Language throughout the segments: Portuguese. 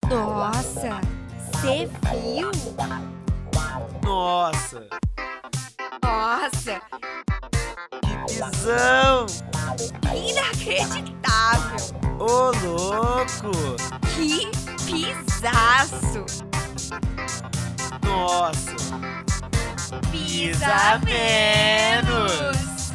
Nossa, cê viu? Nossa, Nossa, que visão! inacreditável! Ô, louco! Que pisaço! Nossa, Pisa menos!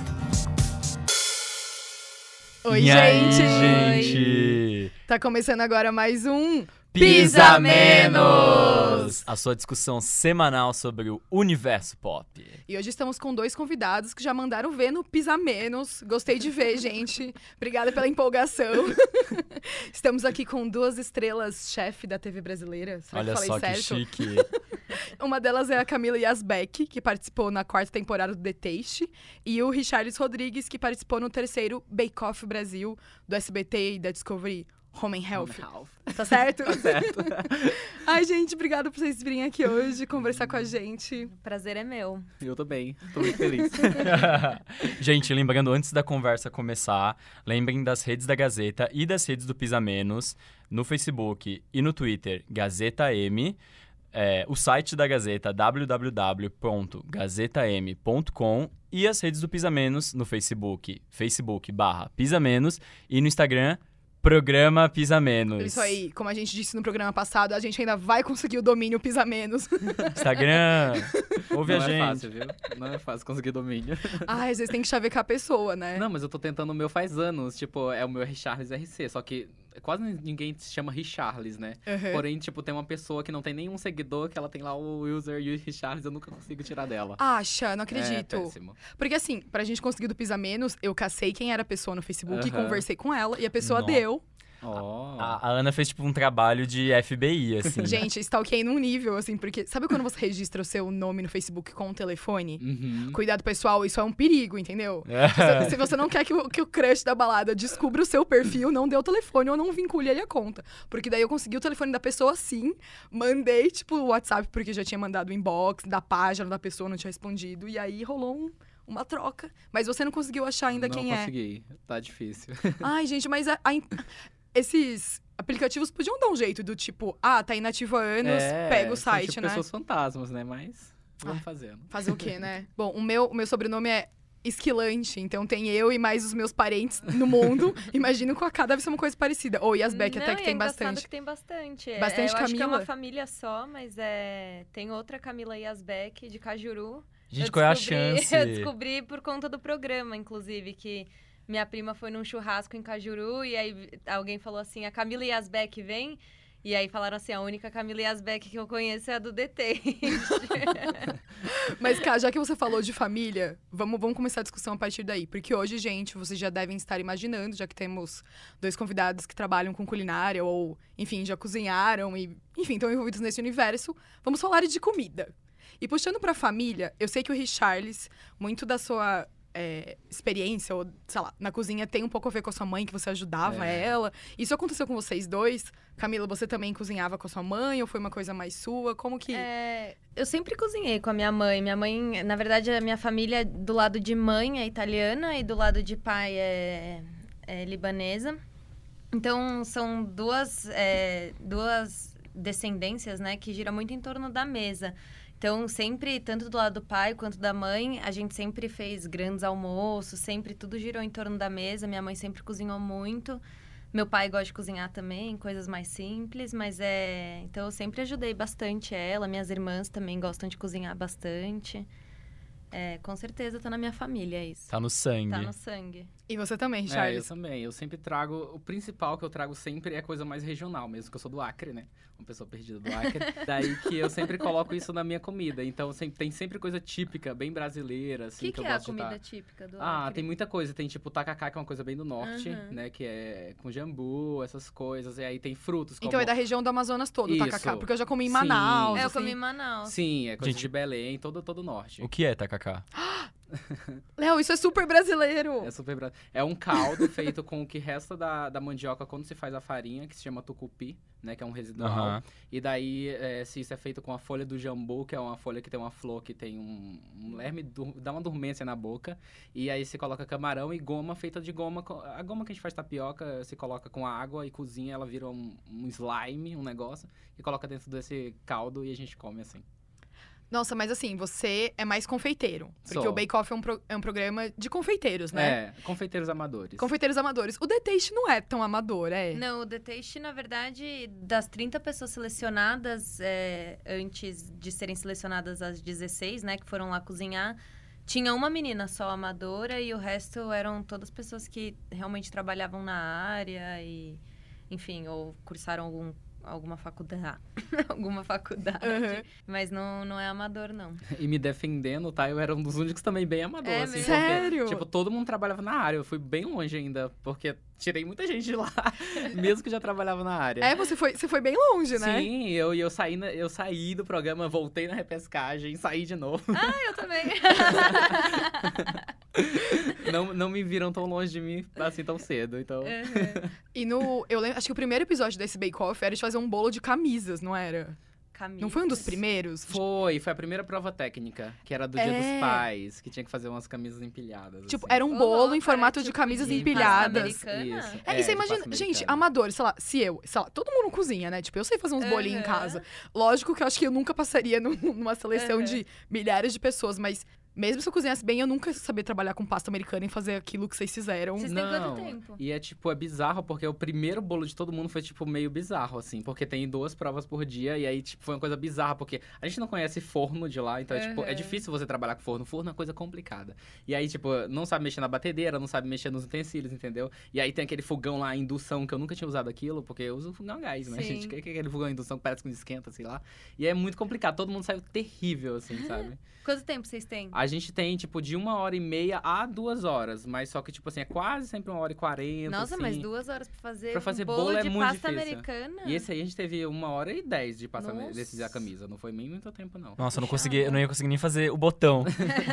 Oi, E aí, gente! gente? Tá começando agora mais um Pisa Menos! A sua discussão semanal sobre o universo pop. E hoje estamos com dois convidados que já mandaram ver no Pisa Menos. Gostei de ver, gente. Obrigada pela empolgação. Estamos aqui com duas estrelas chefe da TV brasileira. Será Olha que falei só certo? que chique. Uma delas é a Camila Yazbek, que participou na 4ª temporada do The Taste. E o Richarlis Rodrigues, que participou no 3º Bake Off Brasil, do SBT e da Discovery Home and Health. Tá certo? Tá certo. Ai, gente, obrigada por vocês virem aqui hoje conversar com a gente. Prazer é meu. Eu tô bem, tô muito feliz. Gente, lembrando, antes da conversa começar, lembrem das redes da Gazeta e das redes do Pisa Menos, no Facebook e no Twitter, Gazeta M. O site da Gazeta, www.gazetam.com, e as redes do Pisa Menos no Facebook, facebook.com/Pisa Menos, e no Instagram, Programa Pisa Menos. Isso aí, como a gente disse no programa passado, a gente ainda vai conseguir o domínio Pisa Menos. Instagram, ouve Não a gente. é fácil, viu? Não é fácil conseguir domínio. Ai, às vezes tem que chavecar a pessoa, né? Não, mas eu tô tentando o meu faz anos. Tipo, é o meu Richarlis RC. Só que quase ninguém se chama Richarlis, né? Uhum. Porém, tipo, tem uma pessoa que não tem nenhum seguidor, que ela tem lá o user e o Richarlis, eu nunca consigo tirar dela. Acha, não acredito. É péssimo. Porque assim, pra gente conseguir do Pisa Menos, eu cacei quem era a pessoa no Facebook, Aham. conversei com ela e a pessoa Nossa. deu. Ó. A Ana fez, tipo, um trabalho de FBI, assim. Gente, stalkeei num nível, assim, porque sabe quando você registra o seu nome no Facebook com o telefone? Uhum. Cuidado, pessoal, isso é um perigo, entendeu? É. Se você não quer que o crush da balada descubra o seu perfil, não dê o telefone ou não vincule ele à conta. Porque daí eu consegui o telefone da pessoa sim, mandei, tipo, o WhatsApp, porque já tinha mandado o inbox da página da pessoa, não tinha respondido. E aí rolou uma troca. Mas você não conseguiu achar ainda não quem consegui. Tá difícil. é. Ai, gente, mas esses aplicativos podiam dar um jeito do tipo, tá inativo há anos, pega o são, site, tipo, né? pessoas fantasmas, né? Mas vamos fazendo. Fazer o quê, né? Bom, o meu sobrenome é Esquilante, então tem eu e mais os meus parentes no mundo. Imagino que com a K deve ser uma coisa parecida. Ou Yazbek até Não, que e tem é engraçado bastante. que tem bastante. Bastante eu acho que é Camila. uma família só, mas tem outra Camila Yazbek, de Cajuru. Gente, qual é a chance? Eu descobri por conta do programa, inclusive, que minha prima foi num churrasco em Cajuru e aí alguém falou assim, a Camila Yazbek vem? E aí falaram assim, a única Camila Yazbek que eu conheço é a do DT. Mas, Ká, já que você falou de família, vamos começar a discussão a partir daí. Porque hoje, gente, vocês já devem estar imaginando, já que temos dois convidados que trabalham com culinária ou, enfim, já cozinharam e, enfim, estão envolvidos nesse universo. Vamos falar de comida. E puxando pra família, eu sei que o Richarlis, muito da sua experiência, ou, sei lá, na cozinha tem um pouco a ver com a sua mãe, que você ajudava ela. Isso aconteceu com vocês dois? Camila, você também cozinhava com a sua mãe ou foi uma coisa mais sua? Como que... Eu sempre cozinhei com a minha mãe. Minha mãe, na verdade, a minha família do lado de mãe é italiana e do lado de pai é libanesa. Então, são duas descendências, né, que giram muito em torno da mesa. Então, sempre, tanto do lado do pai quanto da mãe, a gente sempre fez grandes almoços, sempre tudo girou em torno da mesa. Minha mãe sempre cozinhou muito. Meu pai gosta de cozinhar também, coisas mais simples, mas então eu sempre ajudei bastante ela. Minhas irmãs também gostam de cozinhar bastante. Com certeza tá na minha família isso. Tá no sangue. Tá no sangue. E você também, Eu Charles? também. Eu sempre trago... O principal que eu trago sempre é coisa mais regional, mesmo que eu sou do Acre, né? Uma pessoa perdida do Acre. Daí que eu sempre coloco isso na minha comida. Então, tem sempre coisa típica, bem brasileira, assim, O que eu é a gosto de comida tá. típica do Ah, Acre? tem muita coisa. Tem, tipo, tacacá, que é uma coisa bem do norte, Uhum. né? Que é com jambu, essas coisas. E aí tem frutos como... Então é da região do Amazonas todo, o Isso. tacacá. Porque eu já comi em Sim. Manaus, Eu assim. comi em Manaus. Sim, é coisa Gente, de Belém, todo o norte. O que é tacacá? Léo, isso é super brasileiro. É super É um caldo feito com o que resta da mandioca quando se faz a farinha, que se chama tucupi, né? Que é um residual. Aham. E daí, se isso é feito com a folha do jambu, que é uma folha que tem uma flor que tem um lerme, dá uma dormência na boca. E aí se coloca camarão e goma feita de goma. A goma que a gente faz tapioca, se coloca com água e cozinha, ela vira um slime, um negócio. E coloca dentro desse caldo e a gente come assim. Nossa, mas assim, você é mais confeiteiro. Porque Sou. o Bake Off é um programa de confeiteiros, né? Confeiteiros amadores. Confeiteiros amadores. O The Taste não é tão amador, é? Não, o The Taste, na verdade, das 30 pessoas selecionadas, antes de serem selecionadas as 16, né, que foram lá cozinhar, tinha uma menina só amadora e o resto eram todas pessoas que realmente trabalhavam na área e, enfim, ou cursaram alguma faculdade. Alguma faculdade. Uhum. Mas não é amador, não. E me defendendo, tá? Eu era um dos únicos também bem amador, É assim. mesmo? Porque, Sério? tipo, todo mundo trabalhava na área. Eu fui bem longe ainda, porque tirei muita gente de lá, mesmo que já trabalhava na área. É, você foi bem longe, né? Sim, eu saí do programa, voltei na repescagem, saí de novo. Eu também. Não me viram tão longe de mim, assim, tão cedo, então... E eu lembro, acho que o primeiro episódio desse Bake Off era de fazer um bolo de camisas, não era? Camisas. Não foi um dos primeiros? Foi a primeira prova técnica, que era do Dia É. dos Pais, que tinha que fazer umas camisas empilhadas, Tipo, assim. era um Ô, bolo em louca, formato era de tipo camisas de empilhadas. pasta americana? Isso. É, e você de imagina, pasta gente, americana. amador, sei lá, todo mundo cozinha, né? Tipo, eu sei fazer uns bolinhos em casa. Lógico que eu acho que eu nunca passaria numa seleção Uhum. de milhares de pessoas, mas mesmo se eu cozinhasse bem, eu nunca ia saber trabalhar com pasta americana e fazer aquilo que vocês fizeram. Vocês têm quanto tempo? E é bizarro, porque o primeiro bolo de todo mundo foi, meio bizarro, assim. Porque tem 2 provas por dia, e aí, foi uma coisa bizarra. Porque a gente não conhece forno de lá, então, é difícil você trabalhar com forno. Forno é uma coisa complicada. E aí, não sabe mexer na batedeira, não sabe mexer nos utensílios, entendeu? E aí tem aquele fogão lá, indução, que eu nunca tinha usado aquilo, porque eu uso fogão a gás, né, Sim. gente? Que é aquele fogão a indução que parece que não esquenta, sei lá. E é muito complicado, todo mundo saiu terrível, assim, sabe? Quanto tempo vocês têm? A gente tem, de 1h30 a 2 horas, mas só que, é quase sempre 1h40, Nossa, assim. mas 2 horas pra Pra fazer um bolo é de muito pasta difícil. americana? E esse aí a gente teve 1h10 de passar Nossa. decidir a camisa. Não foi nem muito tempo, não. Nossa, eu Puxado. não ia conseguir nem fazer o botão.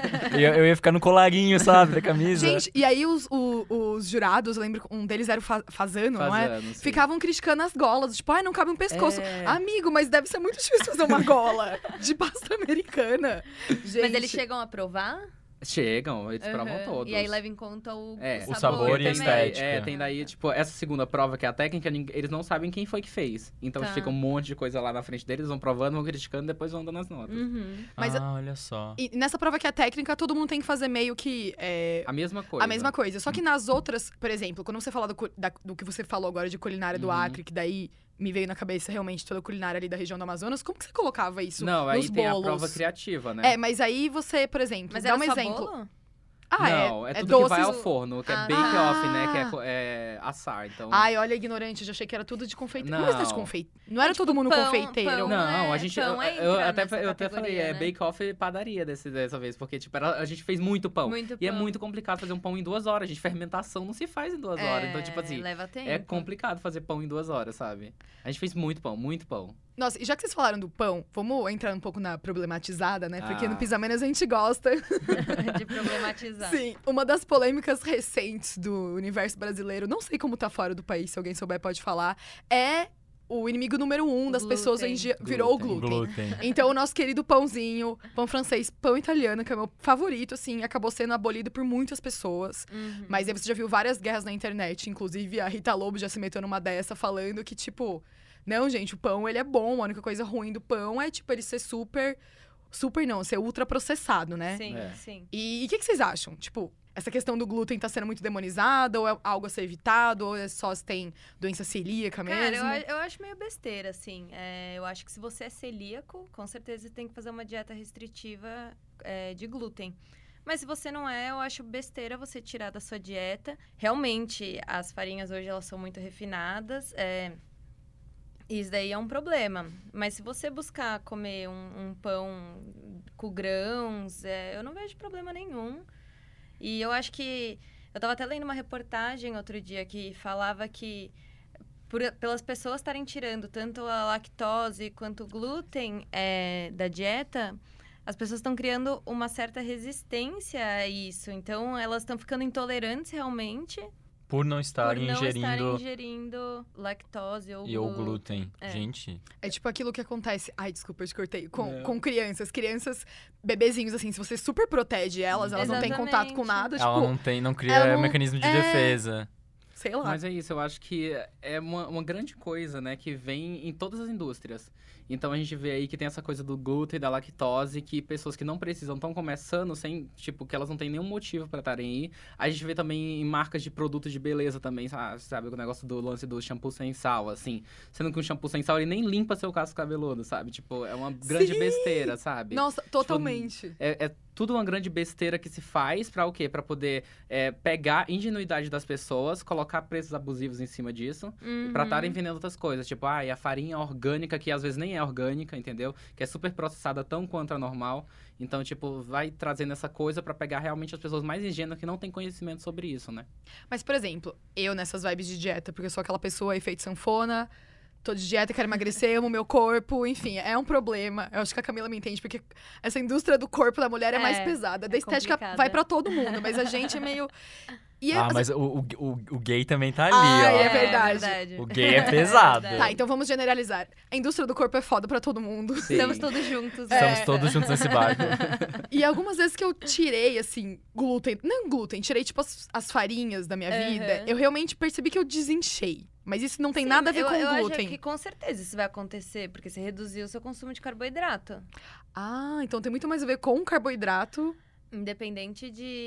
eu ia ficar no colarinho, sabe, da camisa. Gente, e aí os jurados, eu lembro, um deles era o Fazano, não é? Fazendo, sim. Ficavam criticando as golas, tipo, ai, não cabe um pescoço. É. Amigo, mas deve ser muito difícil fazer uma gola de pasta americana. Gente, Mas eles chegam a provar? Chegam, eles provam Aham. todos. E aí leva em conta o O sabor e a também. estética. Tem daí, essa segunda prova, que é a técnica, eles não sabem quem foi que fez. Então, Tá. fica um monte de coisa lá na frente deles, vão provando, vão criticando, depois vão dando as notas. Uhum. Mas- olha só. E nessa prova que é técnica, todo mundo tem que fazer meio que A mesma coisa. a mesma coisa. Só que nas outras, por exemplo, quando você fala do que você falou agora de culinária do Uhum. Acre, que daí me veio na cabeça realmente toda a culinária ali da região do Amazonas, como que você colocava isso Não, aí nos tem bolos? a prova criativa, né? É, mas aí você, por exemplo, Mas dá era um só exemplo. bolo? Ah, Não, é tudo doces. que vai ao forno, que é Ah, bake tá. off, né? Que é assar, então... Ai, olha, ignorante, eu já achei que era tudo de confeiteiro. Não, é de Não. confeiteiro. Não era tipo todo mundo pão, confeiteiro. pão. Não, é, a gente. pão Eu entra até nessa falei, categoria, né? bake off e padaria dessa vez, porque, a gente fez muito pão. Muito E é pão. muito complicado fazer um pão em 2 horas. Gente, fermentação não se faz em 2 horas. Então, leva tempo. é complicado fazer pão em 2 horas, sabe? A gente fez muito pão, muito pão. Nossa, e já que vocês falaram do pão, vamos entrar um pouco na problematizada, né? Porque Ah. no Pisa Menos a gente gosta. de problematizar. Sim, uma das polêmicas recentes do universo brasileiro, não sei como tá fora do país, se alguém souber pode falar, é o inimigo número 1 das Glúten. pessoas hoje em dia, virou o glúten. Glúten. Então, o nosso querido pãozinho, pão francês, pão italiano, que é meu favorito, assim, acabou sendo abolido por muitas pessoas. Uhum. Mas aí você já viu várias guerras na internet, inclusive a Rita Lobo já se meteu numa dessa, falando que, tipo, não, gente, o pão, ele é bom, a única coisa ruim do pão é, tipo, ele ser super não, ser ultra processado, né? Sim, É. sim. E o que vocês acham? Tipo, essa questão do glúten tá sendo muito demonizada, ou é algo a ser evitado, ou é só se tem doença celíaca mesmo? Cara, eu acho meio besteira, assim. Eu acho que se você é celíaco, com certeza você tem que fazer uma dieta restritiva de glúten. Mas se você não é, eu acho besteira você tirar da sua dieta. Realmente, as farinhas hoje, elas são muito refinadas. Isso daí é um problema. Mas se você buscar comer um pão com grãos, eu não vejo problema nenhum. E eu acho que... Eu estava até lendo uma reportagem outro dia que falava que pelas pessoas estarem tirando tanto a lactose quanto o glúten da dieta, as pessoas estão criando uma certa resistência a isso. Então, elas estão ficando intolerantes realmente Por não por estarem não estarem ingerindo ingerindo lactose ou ou glúten. É. Gente, É tipo aquilo que acontece. Ai, desculpa, eu te cortei. Com crianças. Crianças, bebezinhos, assim, se você super protege elas não têm contato com nada, ela tipo, não cria ela não- mecanismo de é. defesa. sei lá. Mas é isso, eu acho que é uma grande coisa, né, que vem em todas as indústrias. Então a gente vê aí que tem essa coisa do glúten e da lactose, que pessoas que não precisam estão começando sem, tipo, que elas não têm nenhum motivo pra estarem aí. A gente vê também em marcas de produtos de beleza também, sabe, o negócio do lance do shampoo sem sal, assim. Sendo que um shampoo sem sal, ele nem limpa seu casco cabeludo, sabe? Tipo, é uma grande Sim! besteira, sabe? Nossa, totalmente. É tudo uma grande besteira que se faz pra o quê? Pra poder pegar a ingenuidade das pessoas, colocar preços abusivos em cima disso, e pra estarem vendendo outras coisas. Tipo, e a farinha orgânica, que às vezes nem é orgânica, entendeu? Que é super processada tão quanto a normal. Então, tipo, vai trazendo essa coisa pra pegar realmente as pessoas mais ingênuas que não têm conhecimento sobre isso, né? Mas, por exemplo, eu nessas vibes de dieta, porque eu sou aquela pessoa efeito sanfona, tô de dieta, quero emagrecer, amo meu corpo, enfim, é um problema. Eu acho que a Camila me entende, porque essa indústria do corpo da mulher é mais pesada. Da estética complicada. vai pra todo mundo, mas a gente é meio... E Mas o gay também tá ali, Ai, ó. é verdade. O gay é pesado. Tá, então vamos generalizar. A indústria do corpo é foda pra todo mundo. Sim. Estamos todos juntos. né? Estamos todos juntos nesse barco. E algumas vezes que eu tirei, assim, glúten... Não glúten, tirei, tipo, as farinhas da minha vida. Eu realmente percebi que eu desinchei. Mas isso não tem Sim, nada a ver com eu glúten. acho que com certeza isso vai acontecer, porque você reduziu o seu consumo de carboidrato. Ah, então tem muito mais a ver com carboidrato. Independente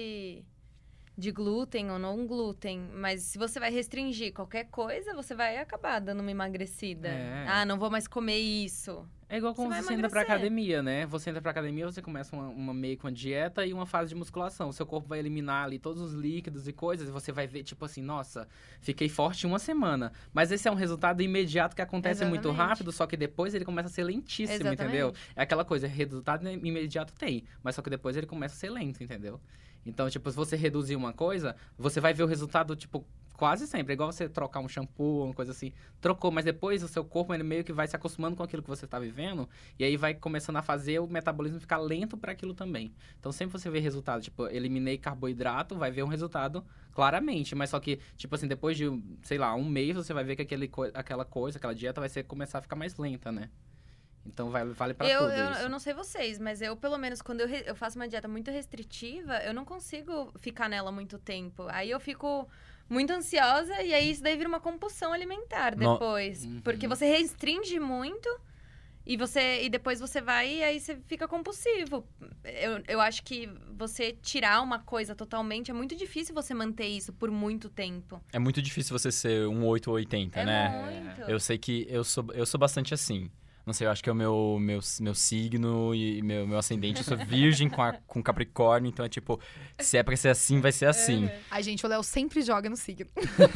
de glúten ou não glúten. Mas se você vai restringir qualquer coisa, você vai acabar dando uma emagrecida. É. Ah, não vou mais comer isso. É igual quando Você vai você entra pra emagrecer. academia, né? Você entra pra academia, você começa meio com uma dieta e uma fase de musculação. O seu corpo vai eliminar ali todos os líquidos e coisas, e você vai ver, tipo assim, nossa, fiquei forte em uma semana. Mas esse é um resultado imediato que acontece muito Exatamente. rápido, só que depois ele começa a ser lentíssimo, Exatamente. entendeu? É aquela coisa, resultado imediato tem, mas só que depois ele começa a ser lento, entendeu? Então, tipo, se você reduzir uma coisa, você vai ver o resultado, tipo, quase sempre. É igual você trocar um shampoo, uma coisa assim. Trocou, mas depois o seu corpo, ele meio que vai se acostumando com aquilo que você tá vivendo. E aí vai começando a fazer o metabolismo ficar lento para aquilo também. Então, sempre você vê resultado. Tipo, eliminei carboidrato, vai ver um resultado claramente. Mas só que, tipo assim, depois de, sei lá, um mês, você vai ver que aquela dieta vai começar a ficar mais lenta, né? Então, vale pra tudo isso. Eu não sei vocês, mas eu, pelo menos, quando eu faço uma dieta muito restritiva, eu não consigo ficar nela muito tempo. Aí eu fico muito ansiosa e aí isso daí vira uma compulsão alimentar No- depois. Uhum. Porque você restringe muito e depois você vai e aí você fica compulsivo. Eu acho que você tirar uma coisa totalmente, é muito difícil você manter isso por muito tempo. É muito difícil você ser um 8 ou 80, É né? muito. Eu sei que eu sou bastante assim. Não sei, eu acho que é o meu signo e meu ascendente. Eu sou virgem com Capricórnio, então é tipo, se é pra ser assim, vai ser assim. Ai, gente, o Léo sempre joga no signo.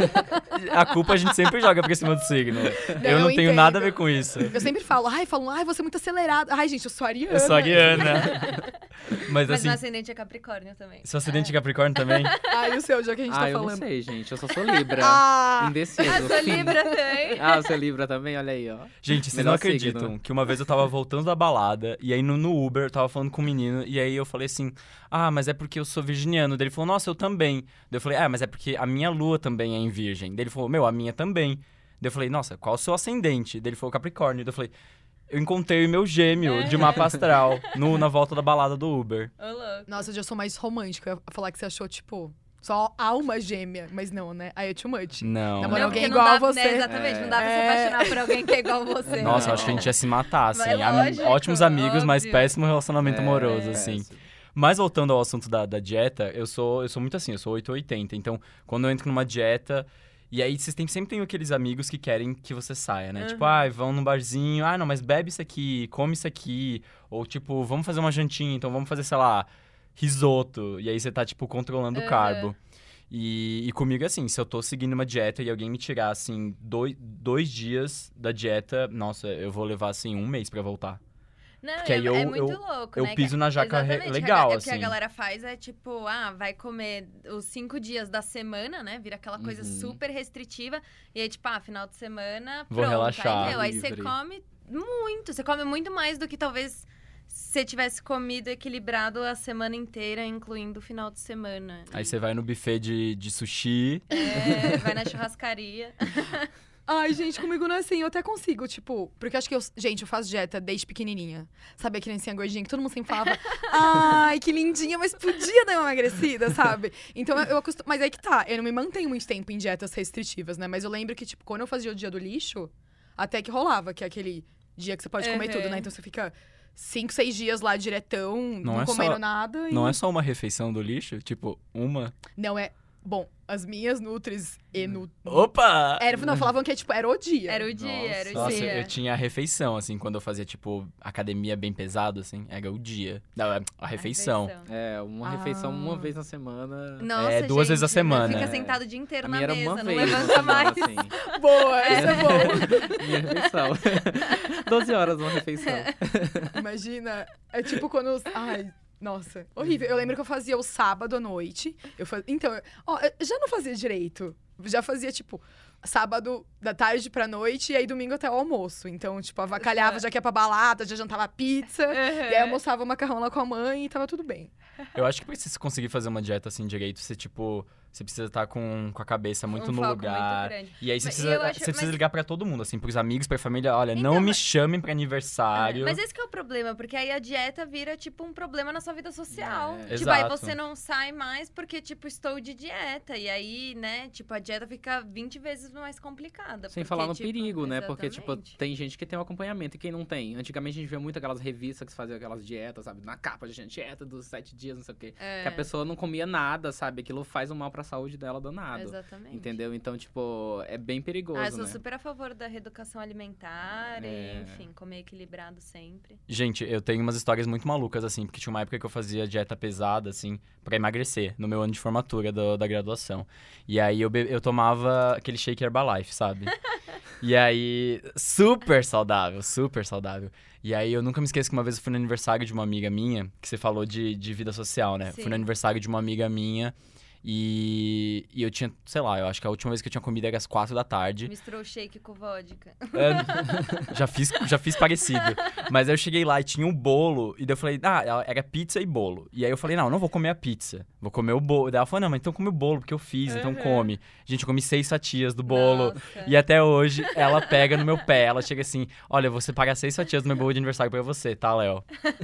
A culpa a gente sempre joga pra cima do signo. Eu não tenho entendo. nada a ver com isso. Eu sempre falo, você é muito acelerado. Ai, gente, eu sou ariana. Eu sou ariana. Mas Mas assim, meu ascendente é Capricórnio também. seu acidente de Capricórnio também? Ai, o seu, já que a gente tá eu falando. não sei, gente. Eu só sou Libra. Ah, Indeciso. Ah, sou Sim. Libra também. Ah, você é Libra também? Olha aí, ó. Gente, vocês Melhor não acreditam signo. que uma vez eu tava voltando da balada e aí no Uber eu tava falando com um menino e aí eu falei assim, mas é porque eu sou virginiano. Daí ele falou, nossa, eu também. Daí eu falei, mas é porque a minha lua também é em virgem. Daí ele falou, a minha também. Daí eu falei, nossa, qual o seu ascendente? Daí ele falou, Capricórnio. Daí eu falei, eu encontrei o meu gêmeo de mapa astral na volta da balada do Uber. Ô, louco. nossa, eu já sou mais romântico. Eu ia falar que você achou, tipo, só alma gêmea. Mas não, né? Aí é too much. Não. Namora Não, alguém porque igual não a dá, você. Né, exatamente, não dá pra se É. apaixonar por alguém que é igual a você. Nossa, eu acho que a gente ia se matar, assim. Mas lógico, Ótimos amigos, mas óbvio. péssimo relacionamento amoroso, assim. péssimo. Mas voltando ao assunto da dieta, eu sou muito assim, eu sou 8 ou 80. Então, quando eu entro numa dieta... E aí, vocês sempre tem aqueles amigos que querem que você saia, né? Tipo, vão num barzinho, não, mas bebe isso aqui, come isso aqui. Ou, tipo, vamos fazer uma jantinha, então vamos fazer, sei lá, risoto. E aí você tá, tipo, controlando o carbo. E comigo, assim, se eu tô seguindo uma dieta e alguém me tirar, assim, dois dias da dieta, nossa, eu vou levar, assim, um mês pra voltar. Não, Porque aí é eu- muito eu- louco, eu né? piso na jaca Exatamente, legal, o que assim. a galera faz é, tipo, vai comer os 5 dias da semana, né? Vira aquela coisa super restritiva. E aí, tipo, final de semana, Vou pronto. relaxar, Aí, aí você livre. come muito. Você come muito mais do que talvez se tivesse comido equilibrado a semana inteira, incluindo o final de semana. Aí você vai no buffet de sushi. Vai na churrascaria. Ai, gente, comigo não é assim. Eu até consigo, tipo... Porque acho que Gente, eu faço dieta desde pequenininha. Sabe a criancinha gordinha que todo mundo sempre falava... Ai, que lindinha, mas podia dar uma emagrecida, sabe? Então, eu acostumo... Mas aí que tá. Eu não me mantenho muito tempo em dietas restritivas, né? Mas eu lembro que, tipo, quando eu fazia o dia do lixo... Até que rolava, que é aquele dia que você pode comer tudo, né? Então, você fica 5, 6 dias lá diretão, não comendo nada. Não é só uma refeição do lixo? Tipo, uma... Não, é... Bom, as minhas Nutris e Opa! Não, falavam que era o dia. Era o dia, era o Nossa, dia. eu tinha a refeição, assim, quando eu fazia, tipo, academia bem pesado, assim. Era o dia. Não, a refeição. Uma refeição uma vez na semana. Nossa, 2 vezes a semana. Fica sentado o dia inteiro A na minha era mesa, uma não vez na levanta semana, mais. assim. Boa, isso é bom. Minha refeição. 12 horas uma refeição. Imagina, é tipo quando... Ai, nossa, horrível. Eu lembro que eu fazia o sábado à noite. Então, eu já não fazia direito. Já fazia, tipo, sábado da tarde pra noite e aí domingo até o almoço. Então, tipo, avacalhava, já que ia pra balada, já jantava pizza. E aí almoçava macarrão lá com a mãe e tava tudo bem. Eu acho que pra você conseguir fazer uma dieta assim direito, você, tipo... Você precisa estar com a cabeça muito no foco lugar. muito grande. E aí você Mas precisa ligar pra todo mundo, assim, pros amigos, pra família. Olha, Então, não me chamem pra aniversário. Mas esse que é o problema, porque aí a dieta vira, tipo, um problema na sua vida social. É. Tipo, aí Exato. você não sai mais porque, tipo, estou de dieta. E aí, né, tipo, a dieta fica 20 vezes mais complicada. Sem porque, falar no tipo, perigo, né? Porque, tipo, exatamente. tem gente que tem um acompanhamento e quem não tem. Antigamente a gente via muito aquelas revistas que faziam aquelas dietas, sabe? Na capa, gente, dieta dos 7 dias, não sei o quê. Que a pessoa não comia nada, sabe? Aquilo faz um mal pra saúde dela danado. Exatamente. Entendeu? Então, tipo, é bem perigoso, Eu sou né? super a favor da reeducação alimentar e, enfim, comer equilibrado sempre. Gente, eu tenho umas histórias muito malucas, assim, porque tinha uma época que eu fazia dieta pesada, assim, pra emagrecer, no meu ano de formatura da graduação. E aí eu tomava aquele shake Herbalife, sabe? E aí, super saudável, super saudável. E aí eu nunca me esqueço que uma vez eu fui no aniversário de uma amiga minha, que você falou de vida social, né? Sim. Fui no aniversário de uma amiga minha. E eu tinha, sei lá, eu acho que a última vez que eu tinha comido era às 4 da tarde. Misturou shake com vodka. Já fiz parecido. Mas aí eu cheguei lá e tinha um bolo. E daí eu falei, era pizza e bolo. E aí eu falei, não, não vou comer a pizza. Vou comer o bolo. Daí ela falou, não, mas então come o bolo, porque eu fiz, então come. Gente, eu comi 6 fatias do bolo. Nossa. E até hoje, ela pega no meu pé. Ela chega assim, olha, você paga 6 fatias do meu bolo de aniversário pra você, tá, Léo?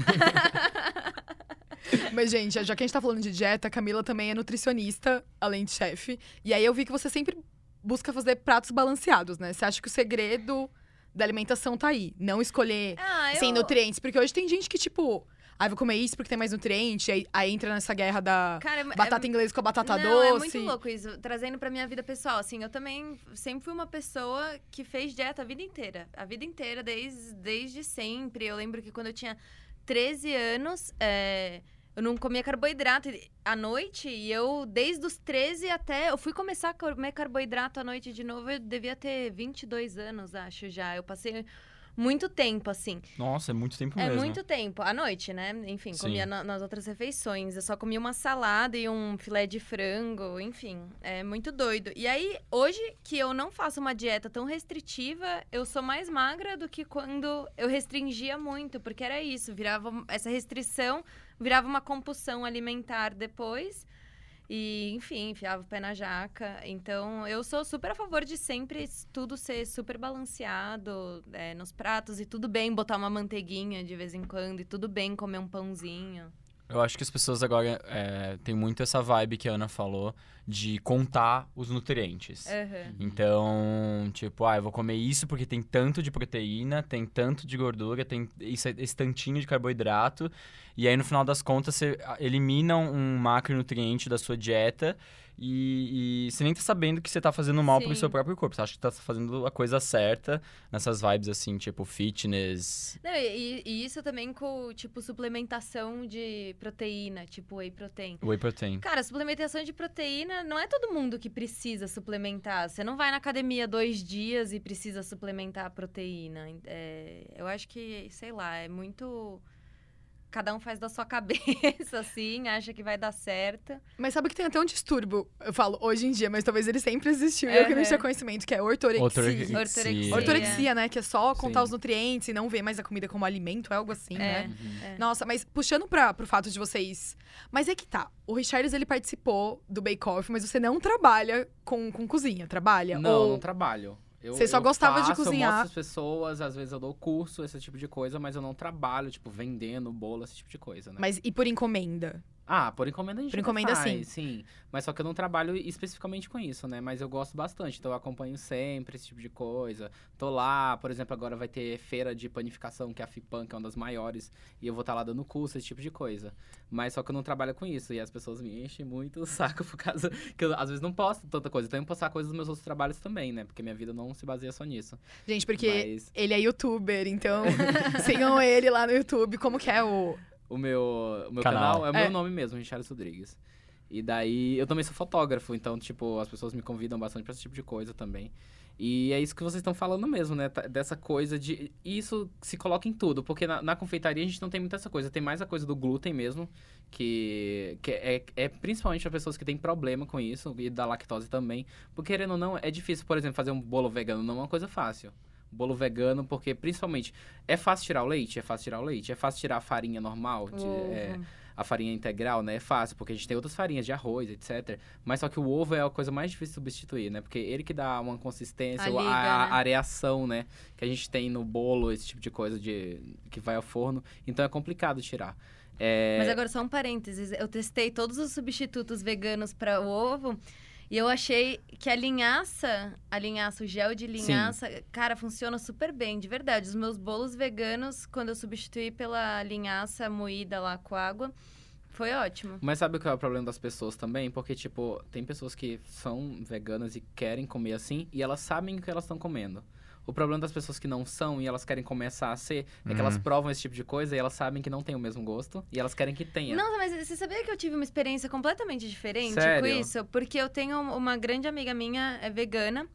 Mas, gente, já que a gente tá falando de dieta, a Camila também é nutricionista, além de chefe. E aí eu vi que você sempre busca fazer pratos balanceados, né? Você acha que o segredo da alimentação tá aí. Não escolher sem nutrientes. Porque hoje tem gente que, tipo... vou comer isso porque tem mais nutriente. Aí entra nessa guerra da batata inglesa com a batata doce. É muito louco isso. Trazendo pra minha vida pessoal, assim, eu também sempre fui uma pessoa que fez dieta a vida inteira. A vida inteira, desde sempre. Eu lembro que quando eu tinha 13 anos, eu não comia carboidrato à noite. E eu, desde os 13 até... Eu fui começar a comer carboidrato à noite de novo, eu devia ter 22 anos, acho, já. Eu passei muito tempo, assim. Nossa, é muito tempo mesmo. É muito tempo. À noite, né? Enfim, Sim. comia nas outras refeições. Eu só comia uma salada e um filé de frango. Enfim, é muito doido. E aí, hoje que eu não faço uma dieta tão restritiva, eu sou mais magra do que quando eu restringia muito. Porque era isso, essa restrição virava uma compulsão alimentar depois. E, enfim, enfiava o pé na jaca. Então, eu sou super a favor de sempre tudo ser super balanceado nos pratos. E tudo bem botar uma manteiguinha de vez em quando. E tudo bem comer um pãozinho. Eu acho que as pessoas agora tem muito essa vibe que a Ana falou de contar os nutrientes. Então, tipo, eu vou comer isso porque tem tanto de proteína, tem tanto de gordura, tem esse tantinho de carboidrato. E aí, no final das contas, você elimina um macronutriente da sua dieta e você nem tá sabendo que você tá fazendo mal pro Sim. seu próprio corpo. Você acha que tá fazendo a coisa certa nessas vibes, assim, tipo, fitness. Não, e isso também com, tipo, suplementação de proteína, tipo whey protein. Whey protein. Cara, suplementação de proteína não é todo mundo que precisa suplementar. Você não vai na academia 2 dias e precisa suplementar a proteína. Eu acho que, sei lá, é muito... cada um faz da sua cabeça, assim, acha que vai dar certo. Mas sabe que tem até um distúrbio, eu falo hoje em dia, mas talvez ele sempre existiu e eu que não tinha conhecimento, que é ortorexia. Ortorexia, né? Que é só contar Sim. os nutrientes e não ver mais a comida como alimento, é algo assim, né? É. Nossa, mas puxando pro fato de vocês... Mas é que tá, o Richards, ele participou do Bake Off, mas você não trabalha com cozinha, trabalha? Não, não trabalho. Você só gostava de faço, cozinhar? Eu mostro as pessoas, às vezes eu dou curso, esse tipo de coisa, mas eu não trabalho, tipo, vendendo bolo, esse tipo de coisa, né? Mas e por encomenda? Ah, por encomenda a gente Por encomenda, faz, sim. Mas só que eu não trabalho especificamente com isso, né? Mas eu gosto bastante, então eu acompanho sempre esse tipo de coisa. Tô lá, por exemplo, agora vai ter feira de panificação, que é a FIPAN, que é uma das maiores. E eu vou estar lá dando curso, esse tipo de coisa. Mas só que eu não trabalho com isso. E as pessoas me enchem muito o saco por causa que eu, às vezes, não posto tanta coisa. Eu tenho que postar coisas dos meus outros trabalhos também, né? Porque minha vida não se baseia só nisso. Gente, porque Mas ele é youtuber, então sigam ele lá no YouTube. Como que é o... o meu Canal. canal é o meu nome mesmo, Richards Rodrigues. E daí, eu também sou fotógrafo, então, tipo, as pessoas me convidam bastante pra esse tipo de coisa também. E é isso que vocês estão falando mesmo, né? Dessa coisa de... Isso se coloca em tudo, porque na confeitaria a gente não tem muita essa coisa. Tem mais a coisa do glúten mesmo, que é principalmente para pessoas que têm problema com isso, e da lactose também. Porque, querendo ou não, é difícil, por exemplo, fazer um bolo vegano. Não é uma coisa fácil. Bolo vegano, porque, principalmente, é fácil tirar o leite? É fácil tirar o leite. É fácil tirar a farinha normal? A farinha integral, né? É fácil, porque a gente tem outras farinhas de arroz, etc. Mas só que o ovo é a coisa mais difícil de substituir, né? Porque ele que dá uma consistência, A liga, né? a areação, né? Que a gente tem no bolo, esse tipo de coisa que vai ao forno. Então é complicado tirar. Mas agora, só um parênteses. Eu testei todos os substitutos veganos para o ovo e eu achei que a linhaça, o gel de linhaça, cara, funciona super bem, de verdade. Os meus bolos veganos, quando eu substituí pela linhaça moída lá com água, foi ótimo. Mas sabe qual é o problema das pessoas também? Porque, tipo, tem pessoas que são veganas e querem comer assim, e elas sabem o que elas estão comendo. O problema das pessoas que não são e elas querem começar a ser é que elas provam esse tipo de coisa e elas sabem que não tem o mesmo gosto e elas querem que tenha. Nossa, mas você sabia que eu tive uma experiência completamente diferente com Sério? isso? Porque eu tenho uma grande amiga minha, é vegana.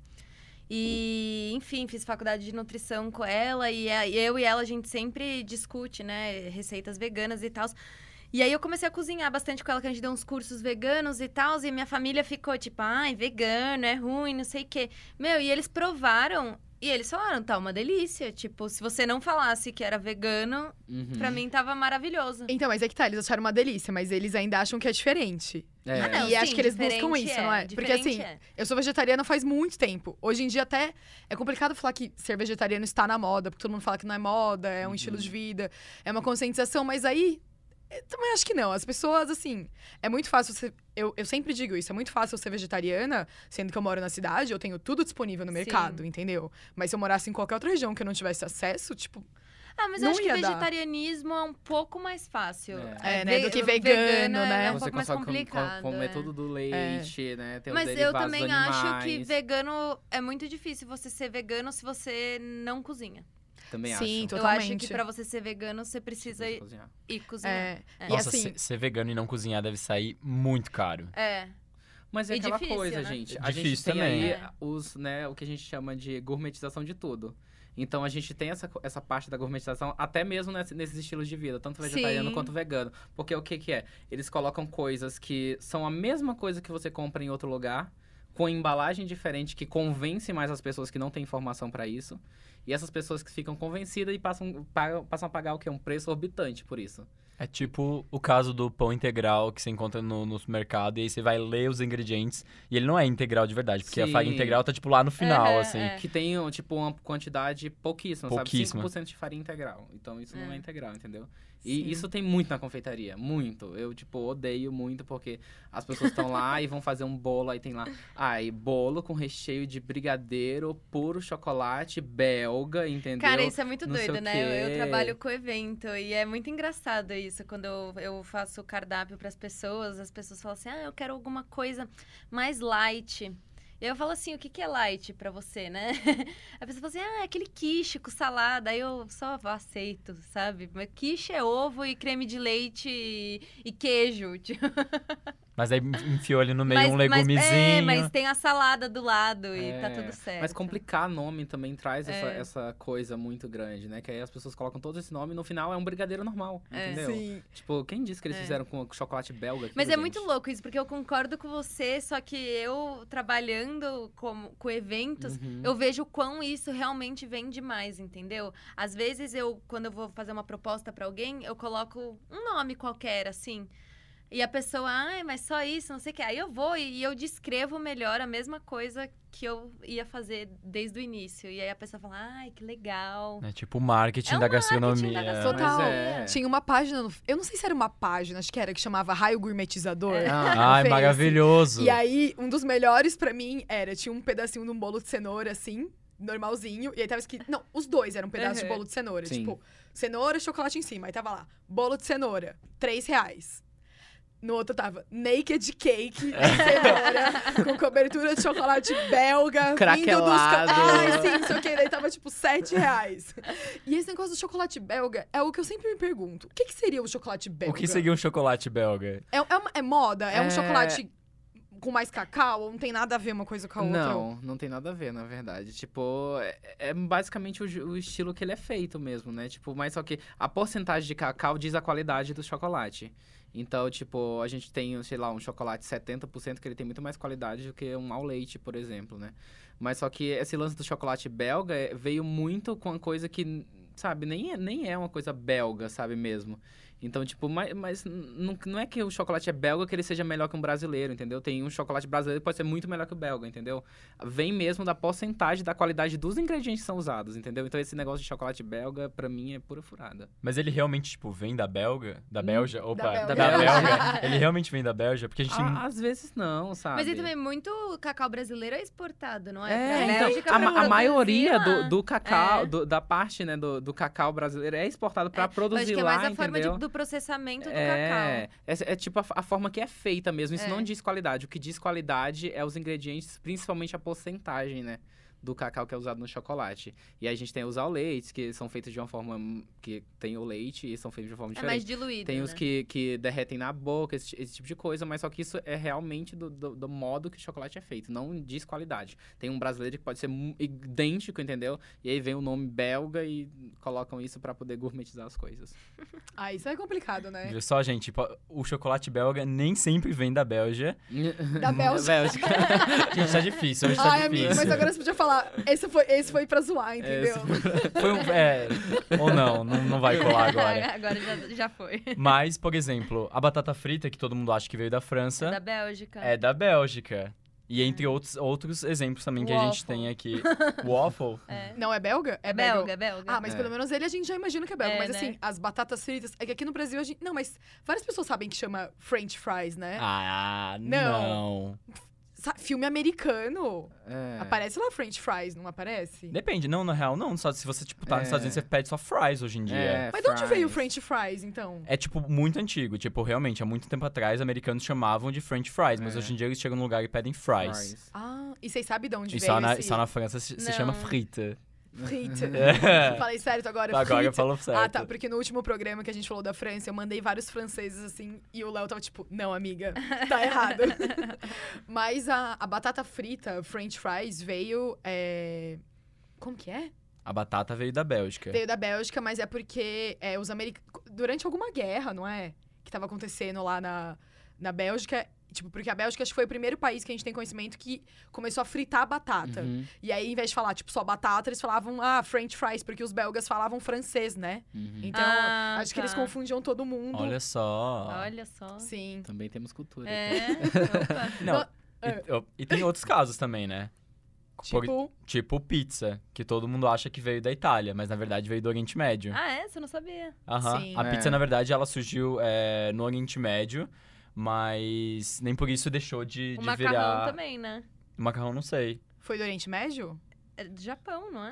E, enfim, fiz faculdade de nutrição com ela. E eu e ela, a gente sempre discute, né? Receitas veganas e tal. E aí eu comecei a cozinhar bastante com ela, que a gente deu uns cursos veganos e tal. E minha família ficou tipo, ai, vegano, é ruim, não sei o quê. Meu, e eles provaram... E eles falaram, tá uma delícia. Tipo, se você não falasse que era vegano, pra mim tava maravilhoso. Então, mas é que tá, eles acharam uma delícia, mas eles ainda acham que é diferente. É. Não, E acho sim, que eles buscam diferente isso, não é? Porque assim, diferente eu sou vegetariana faz muito tempo. Hoje em dia até é complicado falar que ser vegetariano está na moda, porque todo mundo fala que não é moda, é um estilo de vida, é uma conscientização, mas aí... Eu também acho que não. As pessoas, assim, é muito fácil você... Eu sempre digo isso, é muito fácil eu ser vegetariana, sendo que eu moro na cidade, eu tenho tudo disponível no mercado, entendeu? Mas se eu morasse em qualquer outra região que eu não tivesse acesso, tipo... Mas eu não acho que ia dar. vegetarianismo é um pouco mais fácil. Né, do que vegano, né? É um Você pouco mais consegue complicado. comer tudo do leite, né? Tem os Mas eu derivados também dos acho que animais. vegano... É muito difícil você ser vegano se você não cozinha. Também Sim, acho. Eu acho totalmente. que pra você ser vegano, você precisa Precisa cozinhar. ir cozinhar. E Nossa, assim... ser vegano e não cozinhar deve sair muito caro. Mas é E aquela difícil, coisa, né? gente. A gente Difícil tem também. aí o que a gente chama de gourmetização de tudo. Então, a gente tem essa parte da gourmetização até mesmo nesses estilos de vida, tanto vegetariano Sim. quanto vegano. Porque o que é? Eles colocam coisas que são a mesma coisa que você compra em outro lugar, com embalagem diferente, que convence mais as pessoas que não têm informação pra isso. E essas pessoas que ficam convencidas e passam a pagar o quê? Um preço orbitante por isso. É tipo o caso do pão integral que você encontra no supermercado e aí você vai ler os ingredientes e ele não é integral de verdade, porque a Sim. farinha integral tá tipo lá no final, assim. Que tem, tipo, uma quantidade pouquíssima, Pouquíssima. sabe? 5% de farinha integral. Então, isso não é integral, entendeu? Sim. E isso tem muito na confeitaria, muito. Eu, tipo, odeio muito, porque as pessoas estão lá e vão fazer um bolo, aí tem lá... e bolo com recheio de brigadeiro, puro chocolate, belga, entendeu? Cara, isso é muito Não sei doido, o né? quê. Eu trabalho com evento e é muito engraçado isso. Quando eu faço cardápio pras pessoas, as pessoas falam assim, eu quero alguma coisa mais light. E aí eu falo assim, o que é light pra você, né? A pessoa fala assim, é aquele quiche com salada. Aí eu só aceito, sabe? Mas quiche é ovo e creme de leite e queijo. Tipo. Mas aí enfiou ali no meio um legumezinho. Mas tem a salada do lado e tá tudo certo. Mas complicar nome também traz essa coisa muito grande, né? Que aí as pessoas colocam todo esse nome e no final é um brigadeiro normal, entendeu? Sim. Tipo, quem disse que eles fizeram com chocolate belga? Aquilo, Mas é gente? muito louco isso, porque eu concordo com você, só que eu, trabalhando com eventos, eu vejo o quão isso realmente vende mais, entendeu? Às vezes, quando eu vou fazer uma proposta pra alguém, eu coloco um nome qualquer, assim. E a pessoa, mas só isso, não sei o que. Aí eu vou e eu descrevo melhor a mesma coisa que eu ia fazer desde o início. E aí a pessoa fala, que legal. É tipo o marketing da gastronomia. Total. Mas Tinha uma página, eu não sei se era uma página, acho que era, que chamava Raio Gourmetizador. Ai, Face. maravilhoso. E aí, um dos melhores pra mim tinha um pedacinho de um bolo de cenoura, assim, normalzinho. E aí tava escrito, não, os dois eram um pedaço de bolo de cenoura. Sim. Tipo, cenoura e chocolate em cima. Aí tava lá, bolo de cenoura, R$3. No outro tava Naked Cake de cenoura, com cobertura de chocolate belga. Craquelado. Sim, não sei o que. Daí tava tipo R$7. E esse negócio do chocolate belga é o que eu sempre me pergunto. O que seria o chocolate belga? O que seria um chocolate belga? É moda? É um chocolate com mais cacau? Ou não tem nada a ver uma coisa com a outra? Não tem nada a ver, na verdade. Tipo, é basicamente o estilo que ele é feito mesmo, né? Tipo, mas só que a porcentagem de cacau diz a qualidade do chocolate. Então, tipo, a gente tem, sei lá, um chocolate 70% que ele tem muito mais qualidade do que um ao leite, por exemplo, né? Mas só que esse lance do chocolate belga veio muito com uma coisa que, sabe, nem é uma coisa belga, sabe mesmo? Então, tipo, mas não é que o chocolate é belga que ele seja melhor que um brasileiro, entendeu? Tem um chocolate brasileiro que pode ser muito melhor que o belga, entendeu? Vem mesmo da porcentagem da qualidade dos ingredientes que são usados, entendeu? Então, esse negócio de chocolate belga, pra mim, é pura furada. Mas ele realmente, tipo, vem da Bélgica? Da Bélgica? Opa, da da Bélgica. Bélgica. Ele realmente vem da Bélgica? Porque a gente tem... Às vezes não, sabe? Mas e também muito cacau brasileiro é exportado, não é? É, Pra então, Bélgica, a pra produzir maioria lá. do cacau, da parte, né, do cacau brasileiro é exportado pra Eu acho produzir que é lá, mais a forma entendeu? do processamento do cacau. É tipo a forma que é feita mesmo. Isso não diz qualidade. O que diz qualidade é os ingredientes, principalmente a porcentagem, né? Do cacau que é usado no chocolate. E aí a gente tem os ao leite, que são feitos de uma forma que tem o leite e são feitos de uma forma É diferente. mais diluído, Tem né? os que derretem na boca, esse tipo de coisa, mas só que isso é realmente do modo que o chocolate é feito, não diz qualidade. Tem um brasileiro que pode ser idêntico, entendeu? E aí vem o nome belga e colocam isso pra poder gourmetizar as coisas. Isso é complicado, né? Viu só, gente, tipo, o chocolate belga nem sempre vem da Bélgica. Da Bélgica. Gente, tá difícil, hoje tá Ai, amigo, difícil. mas agora você podia falar, esse foi pra zoar, entendeu? Foi ou não vai colar agora. Agora já foi. Mas, por exemplo, a batata frita, que todo mundo acha que veio da França, Da Bélgica. é da Bélgica. E entre outros exemplos também que a gente Waffle. tem aqui. Waffle? Não é belga? É belga, é belga. Mas pelo menos ele a gente já imagina que é belga. É, Mas né? assim, as batatas fritas... É que aqui no Brasil a gente... Não, mas várias pessoas sabem que chama French fries, né? Não. Filme americano. É. Aparece lá French fries, não aparece? Depende, não, na real, não. Só se você, tipo, tá nos Estados Unidos, você pede só fries hoje em dia. Mas de onde veio o French fries, então? É, tipo, muito antigo. Tipo, realmente, há muito tempo atrás, americanos chamavam de French fries. Mas hoje em dia eles chegam no lugar e pedem fries. E vocês sabem de onde E veio só na França se chama frita. frita? É. Falei certo agora? Agora eu frita? falo certo. Tá, porque no último programa que a gente falou da França, eu mandei vários franceses, assim, e o Léo tava tipo, não, amiga, tá errado. Mas a batata frita, French fries, veio, como que é? A batata veio da Bélgica. Veio da Bélgica, mas é porque os americanos... Durante alguma guerra, não é? Que tava acontecendo lá na Bélgica... Tipo, porque a Bélgica acho que foi o primeiro país que a gente tem conhecimento que começou a fritar a batata. Uhum. E aí, em vez de falar, tipo, só batata, eles falavam, French fries, porque os belgas falavam francês, né? Uhum. Então, acho que eles confundiam todo mundo. Olha só. Olha só. Sim. Também temos cultura. Opa. Não, e tem outros casos também, né? Tipo, Pizza, que todo mundo acha que veio da Itália, mas na verdade veio do Oriente Médio. Você não sabia. Aham. Sim. A pizza, na verdade, ela surgiu no Oriente Médio, mas nem por isso deixou de O macarrão virar... também, né? O macarrão, não sei. foi do Oriente Médio? É do Japão, não é?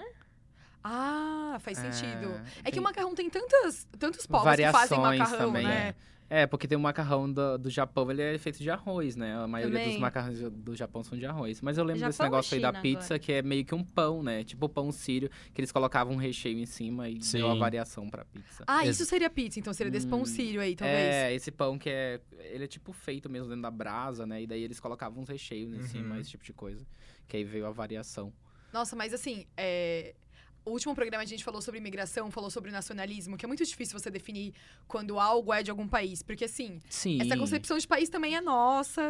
Faz sentido. É que tem o macarrão tem tantos povos que fazem variações macarrão, também, né? Porque tem o macarrão do Japão, ele é feito de arroz, né? A maioria Também. dos macarrões do Japão são de arroz. Mas eu lembro desse Japão ou negócio aí da China pizza, agora? que é meio que um pão, né? Tipo o pão sírio, que eles colocavam um recheio em cima e Sim. deu a variação pra pizza. Ah, isso seria pizza, então seria desse pão sírio aí, talvez. É, esse pão que ele é tipo feito mesmo dentro da brasa, né? E daí eles colocavam uns recheios em cima, esse tipo de coisa. Que aí veio a variação. Nossa, mas assim, o último programa a gente falou sobre imigração, falou sobre nacionalismo, que é muito difícil você definir quando algo é de algum país. Porque, assim, Sim. essa concepção de país também é nossa.